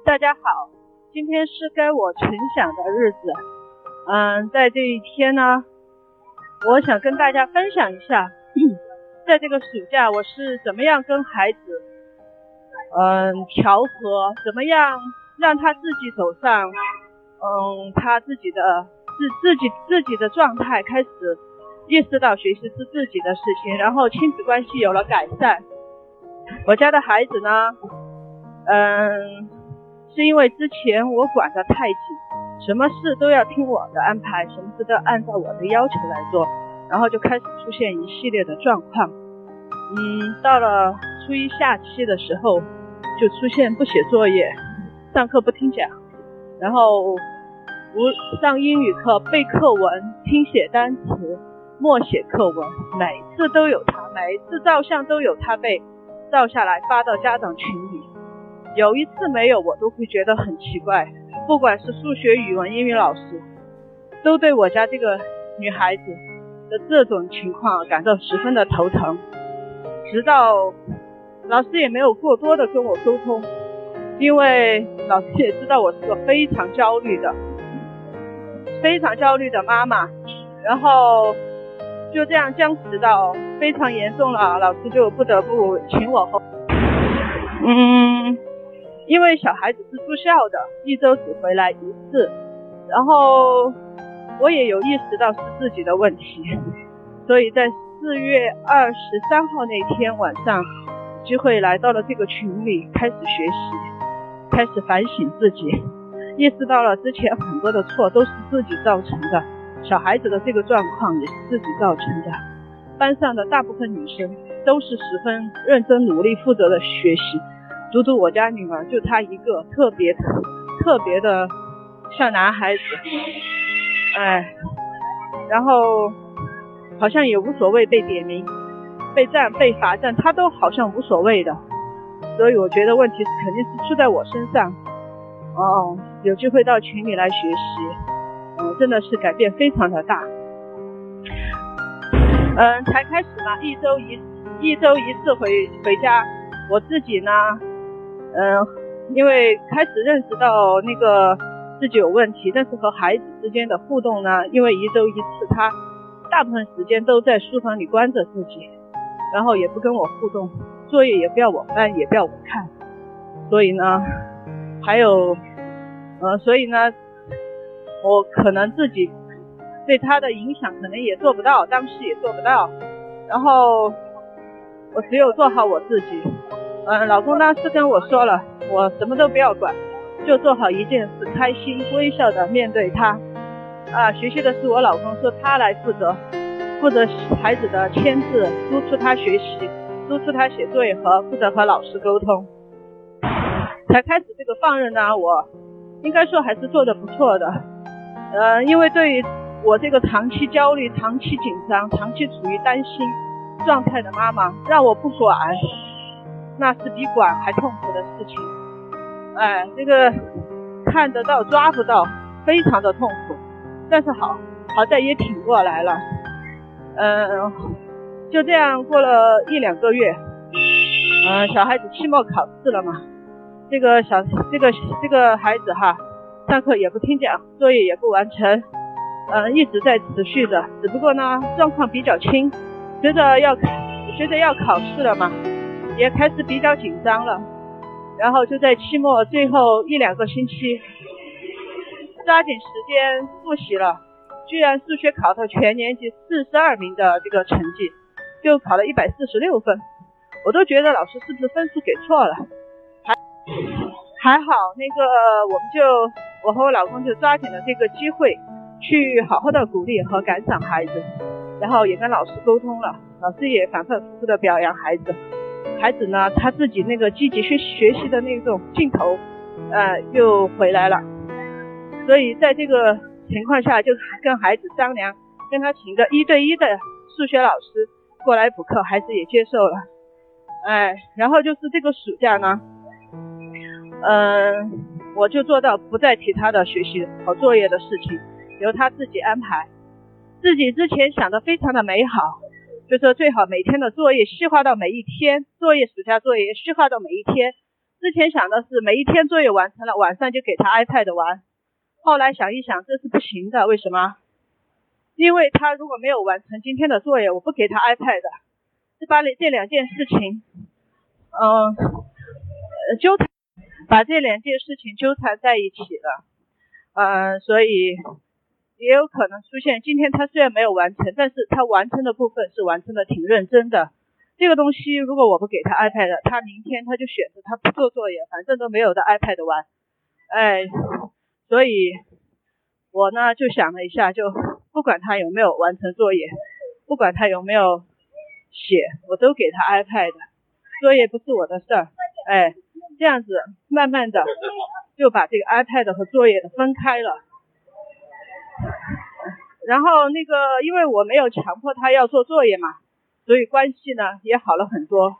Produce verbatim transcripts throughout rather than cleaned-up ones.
大家好，今天是该我成想的日子。嗯，在这一天呢，我想跟大家分享一下，在这个暑假我是怎么样跟孩子嗯调和，怎么样让他自己走上嗯他自己的自自己自己的状态，开始意识到学习是自己的事情，然后亲子关系有了改善。我家的孩子呢，嗯，是因为之前我管得太紧，什么事都要听我的安排，什么事都要按照我的要求来做，然后就开始出现一系列的状况。嗯，到了初一下期的时候，就出现不写作业，上课不听讲，然后不上英语课背课文、听写单词、默写课文，每次都有他，每次照相都有他背，照下来发到家长群里。有一次没有，我都会觉得很奇怪，不管是数学、语文、英语老师，都对我家这个女孩子的这种情况感到十分的头疼。直到老师也没有过多的跟我沟通，因为老师也知道我是个非常焦虑的非常焦虑的妈妈，然后就这样僵持到非常严重了，老师就不得不请我后嗯，因为小孩子是住校的，一周只回来一次，然后我也有意识到是自己的问题，所以在四月二十三号那天晚上，机会来到了这个群里，开始学习，开始反省自己，意识到了之前很多的错都是自己造成的，小孩子的这个状况也是自己造成的。班上的大部分女生都是十分认真努力负责的学习，独独我家女儿就她一个特别特别的像男孩子，哎，然后好像也无所谓被点名、被赞、被罚站，她都好像无所谓的。所以我觉得问题是肯定是出在我身上。哦，有机会到群里来学习，嗯，真的是改变非常的大。嗯，才开始嘛，一周一一周一次回回家，我自己呢，嗯，因为开始认识到那个自己有问题，但是和孩子之间的互动呢，因为一周一次，他大部分时间都在书房里关着自己，然后也不跟我互动，作业也不要我翻，也不要我看，所以呢，还有，呃，所以呢，我可能自己对他的影响可能也做不到，当时也做不到，然后我只有做好我自己。嗯，老公当时跟我说了，我什么都不要管，就做好一件事，开心微笑的面对他。啊，学习的是我老公，说他来负责，负责孩子的签字，督促他学习，督促他写作业和负责和老师沟通。才开始这个放任呢，我应该说还是做得不错的。呃，因为对于我这个长期焦虑、长期紧张、长期处于担心状态的妈妈，让我不管，那是比管还痛苦的事情。哎，这个看得到抓不到，非常的痛苦。但是好，好在也挺过来了。嗯，就这样过了一两个月，嗯，小孩子期末考试了嘛，这个小这个这个孩子哈，上课也不听讲，作业也不完成。嗯，一直在持续着，只不过呢，状况比较轻，随着要随着要考试了嘛，也开始比较紧张了。然后就在期末最后一两个星期，抓紧时间复习了，居然数学考到全年级四十二名的这个成绩，就考了一百四十六分，我都觉得老师是不是分数给错了。还还好，那个我们就我和我老公就抓紧了这个机会，去好好的鼓励和感赏孩子，然后也跟老师沟通了，老师也反反复复的表扬孩子，孩子呢他自己那个积极学学习的那种劲头呃又回来了。所以在这个情况下，就跟孩子商量，跟他请个一对一的数学老师过来补课，孩子也接受了。哎，然后就是这个暑假呢，嗯，我就做到不再提他的学习和作业的事情，由他自己安排。自己之前想的非常的美好，就说最好每天的作业细化到每一天，作业暑假作业细化到每一天， 之前想的是每一天作业完成了，晚上就给他 iPad 玩。后来想一想，这是不行的。为什么？因为他如果没有完成今天的作业，我不给他 iPad， 是把这两件事情，嗯、呃，纠缠，把这两件事情纠缠在一起了。嗯、呃，所以也有可能出现，今天他虽然没有完成，但是他完成的部分是完成的挺认真的。这个东西如果我不给他 iPad， 他明天他就选择他不做作业，反正都没有的 iPad 玩。哎，所以我呢就想了一下，就不管他有没有完成作业，不管他有没有写，我都给他 iPad， 作业不是我的事儿。哎，这样子慢慢的就把这个 iPad 和作业的分开了。然后那个因为我没有强迫他要做作业嘛，所以关系呢也好了很多。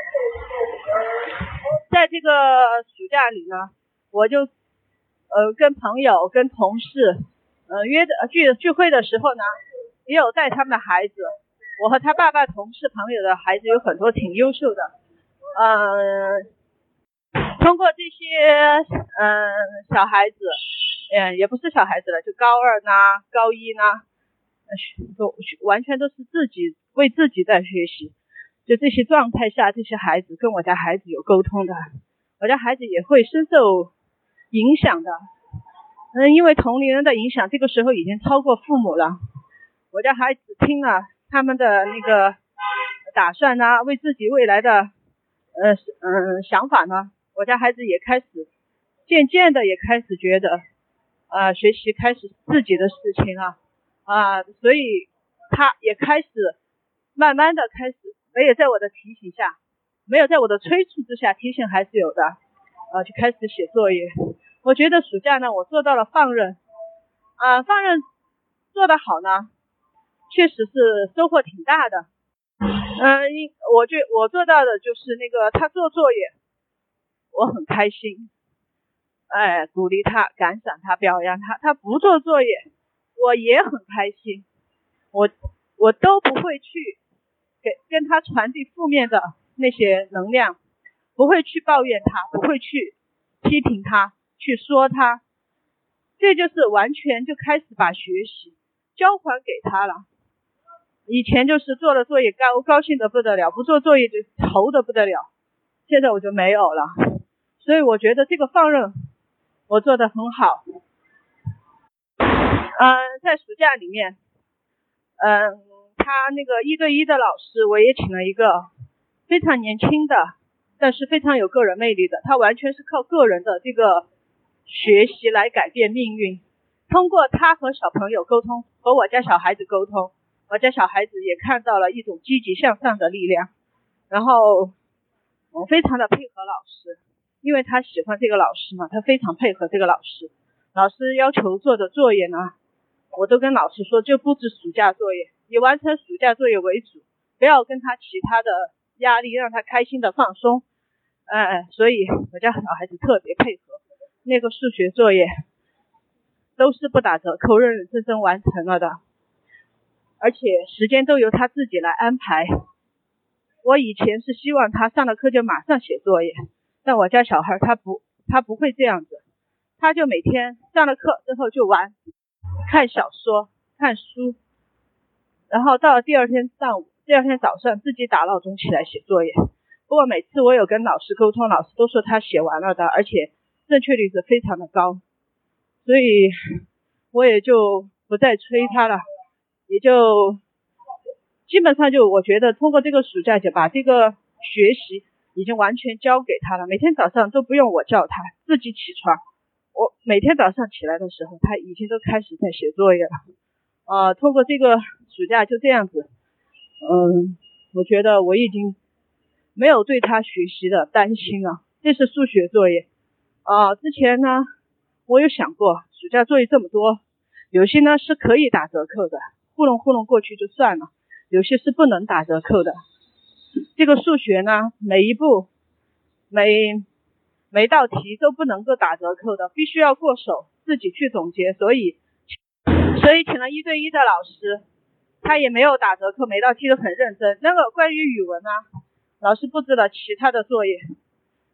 在这个暑假里呢，我就呃跟朋友跟同事呃约的聚聚会的时候呢，也有带他们的孩子。我和他爸爸同事朋友的孩子有很多挺优秀的，呃通过这些嗯、呃、小孩子，嗯也不是小孩子了，就高二呢高一呢，都完全都是自己为自己在学习。就这些状态下，这些孩子跟我家孩子有沟通的，我家孩子也会深受影响的。嗯，因为同龄人的影响，这个时候已经超过父母了。我家孩子听了他们的那个打算呢，为自己未来的呃嗯、呃、想法呢，我家孩子也开始渐渐的也开始觉得呃学习开始自己的事情了啊、呃，所以他也开始慢慢的开始，没有在我的提醒下，没有在我的催促之下，提醒还是有的，呃就开始写作业。我觉得暑假呢，我做到了放任，啊、呃、放任做得好呢，确实是收获挺大的。嗯，我觉我做到的就是那个他做作业，我很开心，哎，鼓励他，感赏他，表扬他。他不做作业，我也很开心，我我都不会去给跟他传递负面的那些能量，不会去抱怨他，不会去批评他，去说他，这就是完全就开始把学习交还给他了。以前就是做了作业高高兴的不得了，不做作业就愁的不得了，现在我就没有了。所以我觉得这个放任我做得很好。嗯，在暑假里面，嗯，他那个一对一的老师，我也请了一个非常年轻的，但是非常有个人魅力的，他完全是靠个人的这个学习来改变命运。通过他和小朋友沟通，和我家小孩子沟通，我家小孩子也看到了一种积极向上的力量。然后我非常的配合老师，因为他喜欢这个老师嘛，他非常配合这个老师。老师要求做的作业呢，我都跟老师说，就布置暑假作业，以完成暑假作业为主，不要跟他其他的压力，让他开心的放松。呃，所以我家小孩子特别配合，那个数学作业都是不打折扣，认认真真完成了的，而且时间都由他自己来安排。我以前是希望他上了课就马上写作业，但我家小孩他不他不会这样子，他就每天上了课之后就玩，看小说看书，然后到了第二天上午第二天早上自己打闹钟起来写作业。不过每次我有跟老师沟通，老师都说他写完了的，而且正确率是非常的高，所以我也就不再催他了，也就基本上就我觉得通过这个暑假就把这个学习已经完全交给他了，每天早上都不用我叫他，自己起床，我每天早上起来的时候他已经都开始在写作业了。呃，通过这个暑假就这样子，嗯，我觉得我已经没有对他学习的担心了。这是数学作业，呃，之前呢我有想过暑假作业这么多，有些呢是可以打折扣的，糊弄糊弄过去就算了，有些是不能打折扣的。这个数学呢，每一步每每道题都不能够打折扣的，必须要过手自己去总结，所以所以请了一对一的老师，他也没有打折扣，每道题都很认真。那个关于语文呢，老师布置了其他的作业，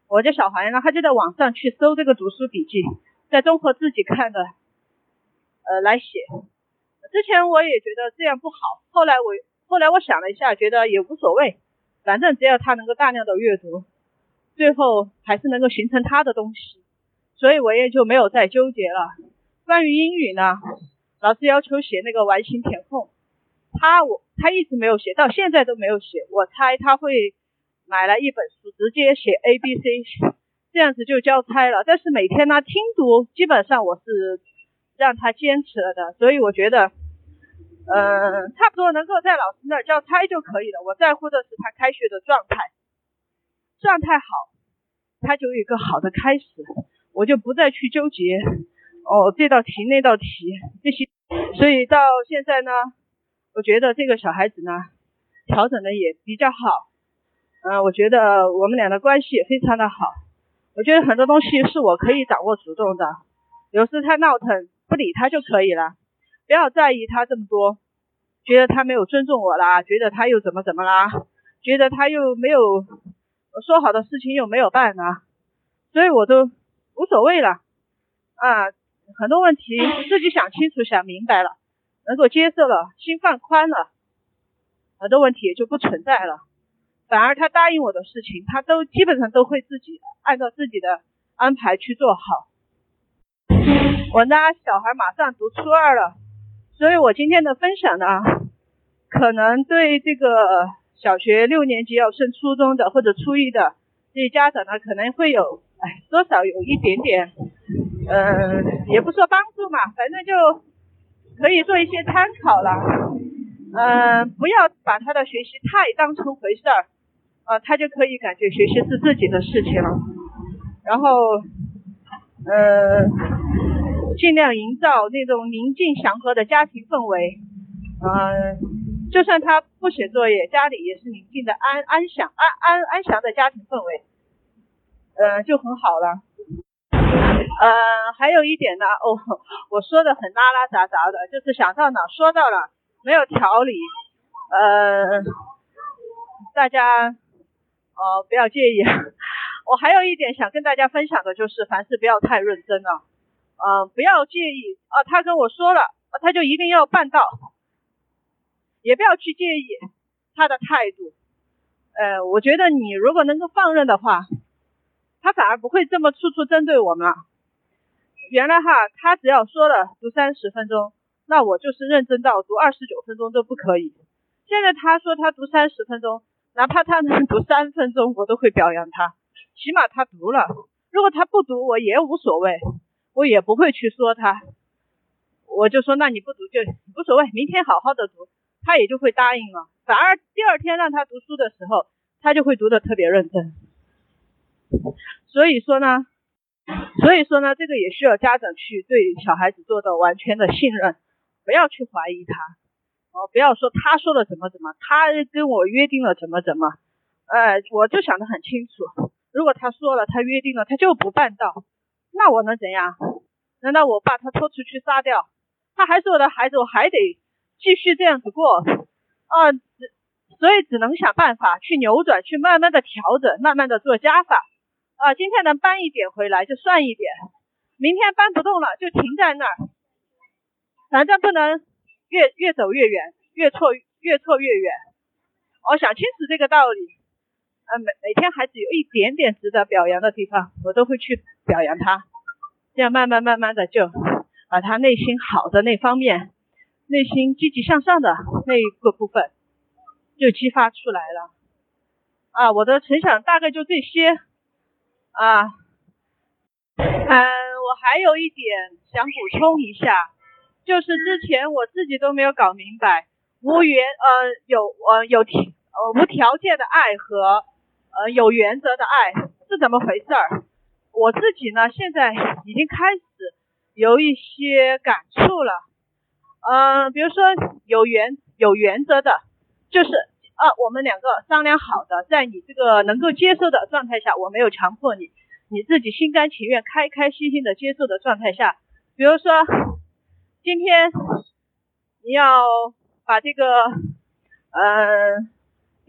我这小孩呢，他就在网上去搜这个读书笔记，再综合自己看的呃来写。之前我也觉得这样不好，后来我后来我想了一下，觉得也无所谓，反正只要他能够大量的阅读，最后还是能够形成他的东西，所以我也就没有再纠结了。关于英语呢，老师要求写那个完形填空，他我他一直没有写，到现在都没有写，我猜他会买来一本书直接写 A B C， 这样子就交差了。但是每天呢听读基本上我是让他坚持了的，所以我觉得呃，差不多能够在老师那儿交差就可以了。我在乎的是他开学的状态，状态好他就有一个好的开始，我就不再去纠结哦这道题那道题这些。所以到现在呢，我觉得这个小孩子呢调整的也比较好，嗯、呃，我觉得我们俩的关系也非常的好。我觉得很多东西是我可以掌握主动的，有时他闹腾不理他就可以了，不要在意他这么多，觉得他没有尊重我啦，觉得他又怎么怎么啦，觉得他又没有说好的事情又没有办啊，所以我都无所谓了啊。很多问题自己想清楚想明白了，能够接受了，心放宽了，很多问题也就不存在了。反而他答应我的事情，他都基本上都会自己按照自己的安排去做好。我呢小孩马上读初二了，所以我今天的分享呢，可能对这个小学六年级要升初中的或者初一的这些家长呢，可能会有哎多少有一点点呃也不说帮助嘛，反正就可以做一些参考了。呃不要把他的学习太当成回事儿，呃他就可以感觉学习是自己的事情了。然后呃尽量营造那种宁静祥和的家庭氛围，呃就算他不写作业，家里也是宁静的安安详安安安详的家庭氛围，呃就很好了。呃还有一点呢，哦我说的很拉拉杂杂的，就是想到哪说到哪，没有条理，呃大家呃不要介意。我还有一点想跟大家分享的就是，凡事不要太认真了，呃不要介意啊、呃、他跟我说了、呃、他就一定要办到，也不要去介意他的态度。呃我觉得你如果能够放任的话，他反而不会这么处处针对我们了。原来哈他只要说了读三十分钟，那我就是认真到读二十九分钟都不可以。现在他说他读三十分钟，哪怕他能读三分钟我都会表扬他，起码他读了。如果他不读我也无所谓，我也不会去说他，我就说那你不读就无所谓，明天好好的读，他也就会答应了。反而第二天让他读书的时候，他就会读得特别认真。所以说呢所以说呢这个也需要家长去对小孩子做到完全的信任，不要去怀疑他，哦，不要说他说了怎么怎么，他跟我约定了怎么怎么，呃我就想得很清楚，如果他说了他约定了他就不办到，那我能怎样？难道我把他拖出去杀掉？他还是我的孩子，我还得继续这样子过啊、呃，所以只能想办法去扭转，去慢慢的调整，慢慢的做加法啊、呃，今天能搬一点回来就算一点，明天搬不动了就停在那儿，反正不能越越走越远，越错越错越远。我想清楚这个道理，呃每每天孩子有一点点值得表扬的地方，我都会去表扬他，这样慢慢慢慢的就把他内心好的那方面，内心积极向上的那一个部分就激发出来了啊。我的成想大概就这些啊。嗯，我还有一点想补充一下，就是之前我自己都没有搞明白，无原呃有呃有呃无条件的爱和呃有原则的爱是怎么回事儿。我自己呢现在已经开始有一些感触了。呃比如说有原有原则的，就是啊我们两个商量好的，在你这个能够接受的状态下，我没有强迫你，你自己心甘情愿开开心心的接受的状态下，比如说今天你要把这个呃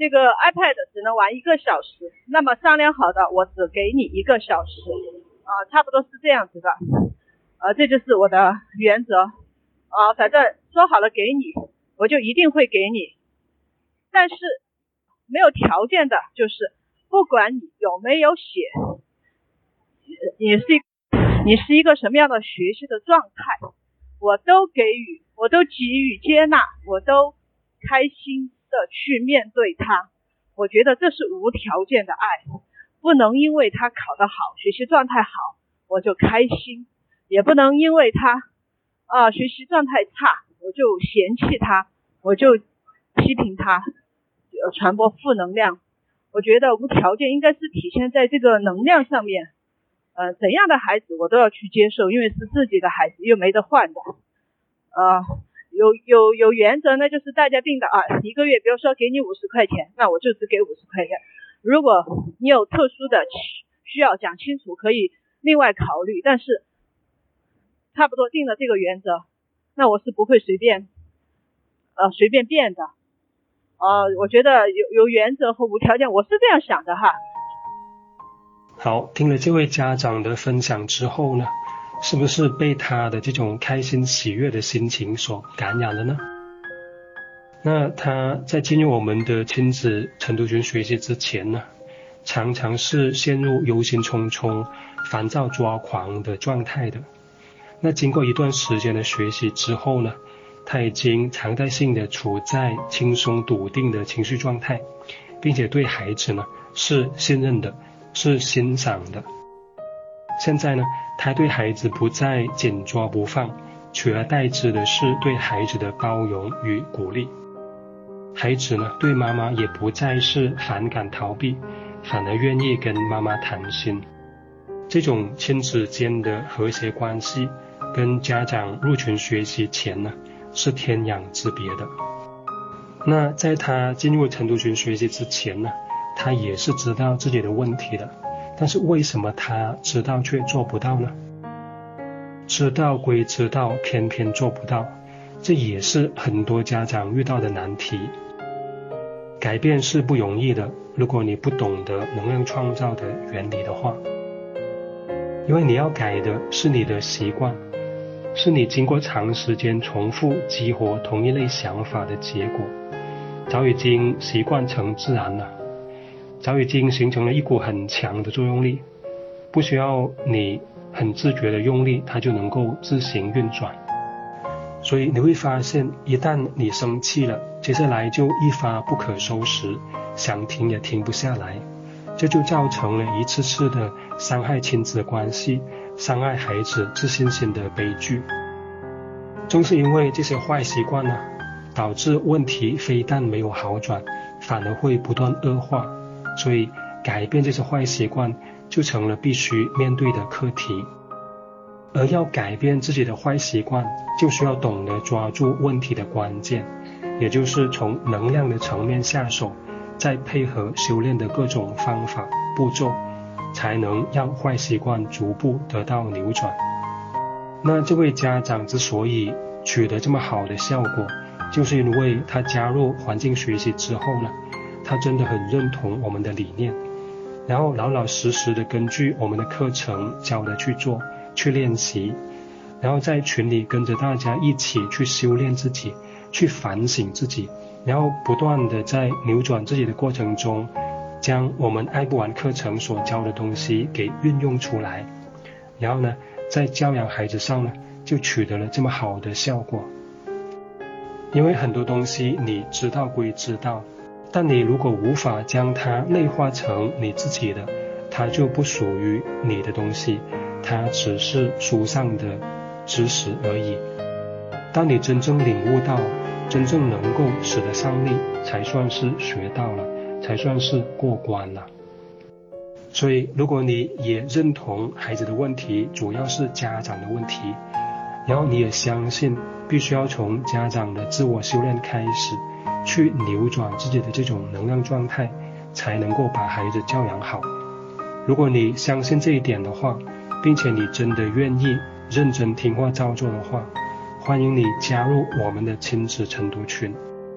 这个 iPad 只能玩一个小时，那么商量好的我只给你一个小时啊，差不多是这样子的，呃，这就是我的原则啊，反正说好了给你，我就一定会给你，但是没有条件的，就是不管你有没有写，你是你是一个什么样的学习的状态，我都给予，我都给予接纳，我都开心的去面对它。我觉得这是无条件的爱，不能因为他考得好，学习状态好，我就开心，也不能因为他啊学习状态差，我就嫌弃他，我就批评他，呃传播负能量。我觉得无条件应该是体现在这个能量上面，呃怎样的孩子我都要去接受，因为是自己的孩子，又没得换的。呃有有有原则呢，就是大家定的啊，一个月比如说给你五十块钱，那我就只给五十块钱。如果你有特殊的需要讲清楚，可以另外考虑，但是差不多定了这个原则，那我是不会随便呃随便变的。呃我觉得有有原则和无条件，我是这样想的哈。 好，听了这位家长的分享之后呢，是不是被他的这种开心喜悦的心情所感染了呢？那他在进入我们的亲子晨读群学习之前呢，常常是陷入忧心忡忡、烦躁抓狂的状态的。那经过一段时间的学习之后呢，他已经常态性的处在轻松笃定的情绪状态，并且对孩子呢是信任的，是欣赏的。现在呢，他对孩子不再紧抓不放，取而代之的是对孩子的包容与鼓励。孩子呢，对妈妈也不再是反感逃避，反而愿意跟妈妈谈心。这种亲子间的和谐关系，跟家长入群学习前呢，是天壤之别的。那在他进入晨读群学习之前呢，他也是知道自己的问题的。但是为什么他知道却做不到呢？知道归知道，偏偏做不到，这也是很多家长遇到的难题。改变是不容易的，如果你不懂得能量创造的原理的话，因为你要改的是你的习惯，是你经过长时间重复激活同一类想法的结果，早已经习惯成自然了，早已经形成了一股很强的作用力，不需要你很自觉的用力，它就能够自行运转。所以你会发现，一旦你生气了，接下来就一发不可收拾，想停也停不下来，这就造成了一次次的伤害亲子关系，伤害孩子自信心的悲剧。正是因为这些坏习惯呢，导致问题非但没有好转，反而会不断恶化，所以改变这些坏习惯就成了必须面对的课题。而要改变自己的坏习惯，就需要懂得抓住问题的关键，也就是从能量的层面下手，再配合修炼的各种方法步骤，才能让坏习惯逐步得到扭转。那这位家长之所以取得这么好的效果，就是因为他加入环境学习之后呢，他真的很认同我们的理念，然后老老实实的根据我们的课程教的去做，去练习，然后在群里跟着大家一起去修炼自己，去反省自己，然后不断的在扭转自己的过程中，将我们爱不完课程所教的东西给运用出来，然后呢，在教养孩子上呢，就取得了这么好的效果。因为很多东西你知道归知道，但你如果无法将它内化成你自己的，它就不属于你的东西，它只是书上的知识而已。当你真正领悟到，真正能够使得上力，才算是学到了，才算是过关了。所以如果你也认同孩子的问题主要是家长的问题，然后你也相信必须要从家长的自我修炼开始，去扭转自己的这种能量状态，才能够把孩子教养好。如果你相信这一点的话，并且你真的愿意认真听话照做的话，欢迎你加入我们的亲子晨读群。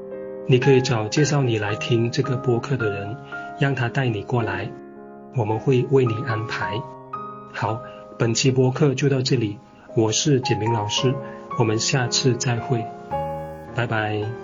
你可以找介绍你来听这个播客的人，让他带你过来，我们会为你安排。好，本期播客就到这里，我是简明老师，我们下次再会，拜拜。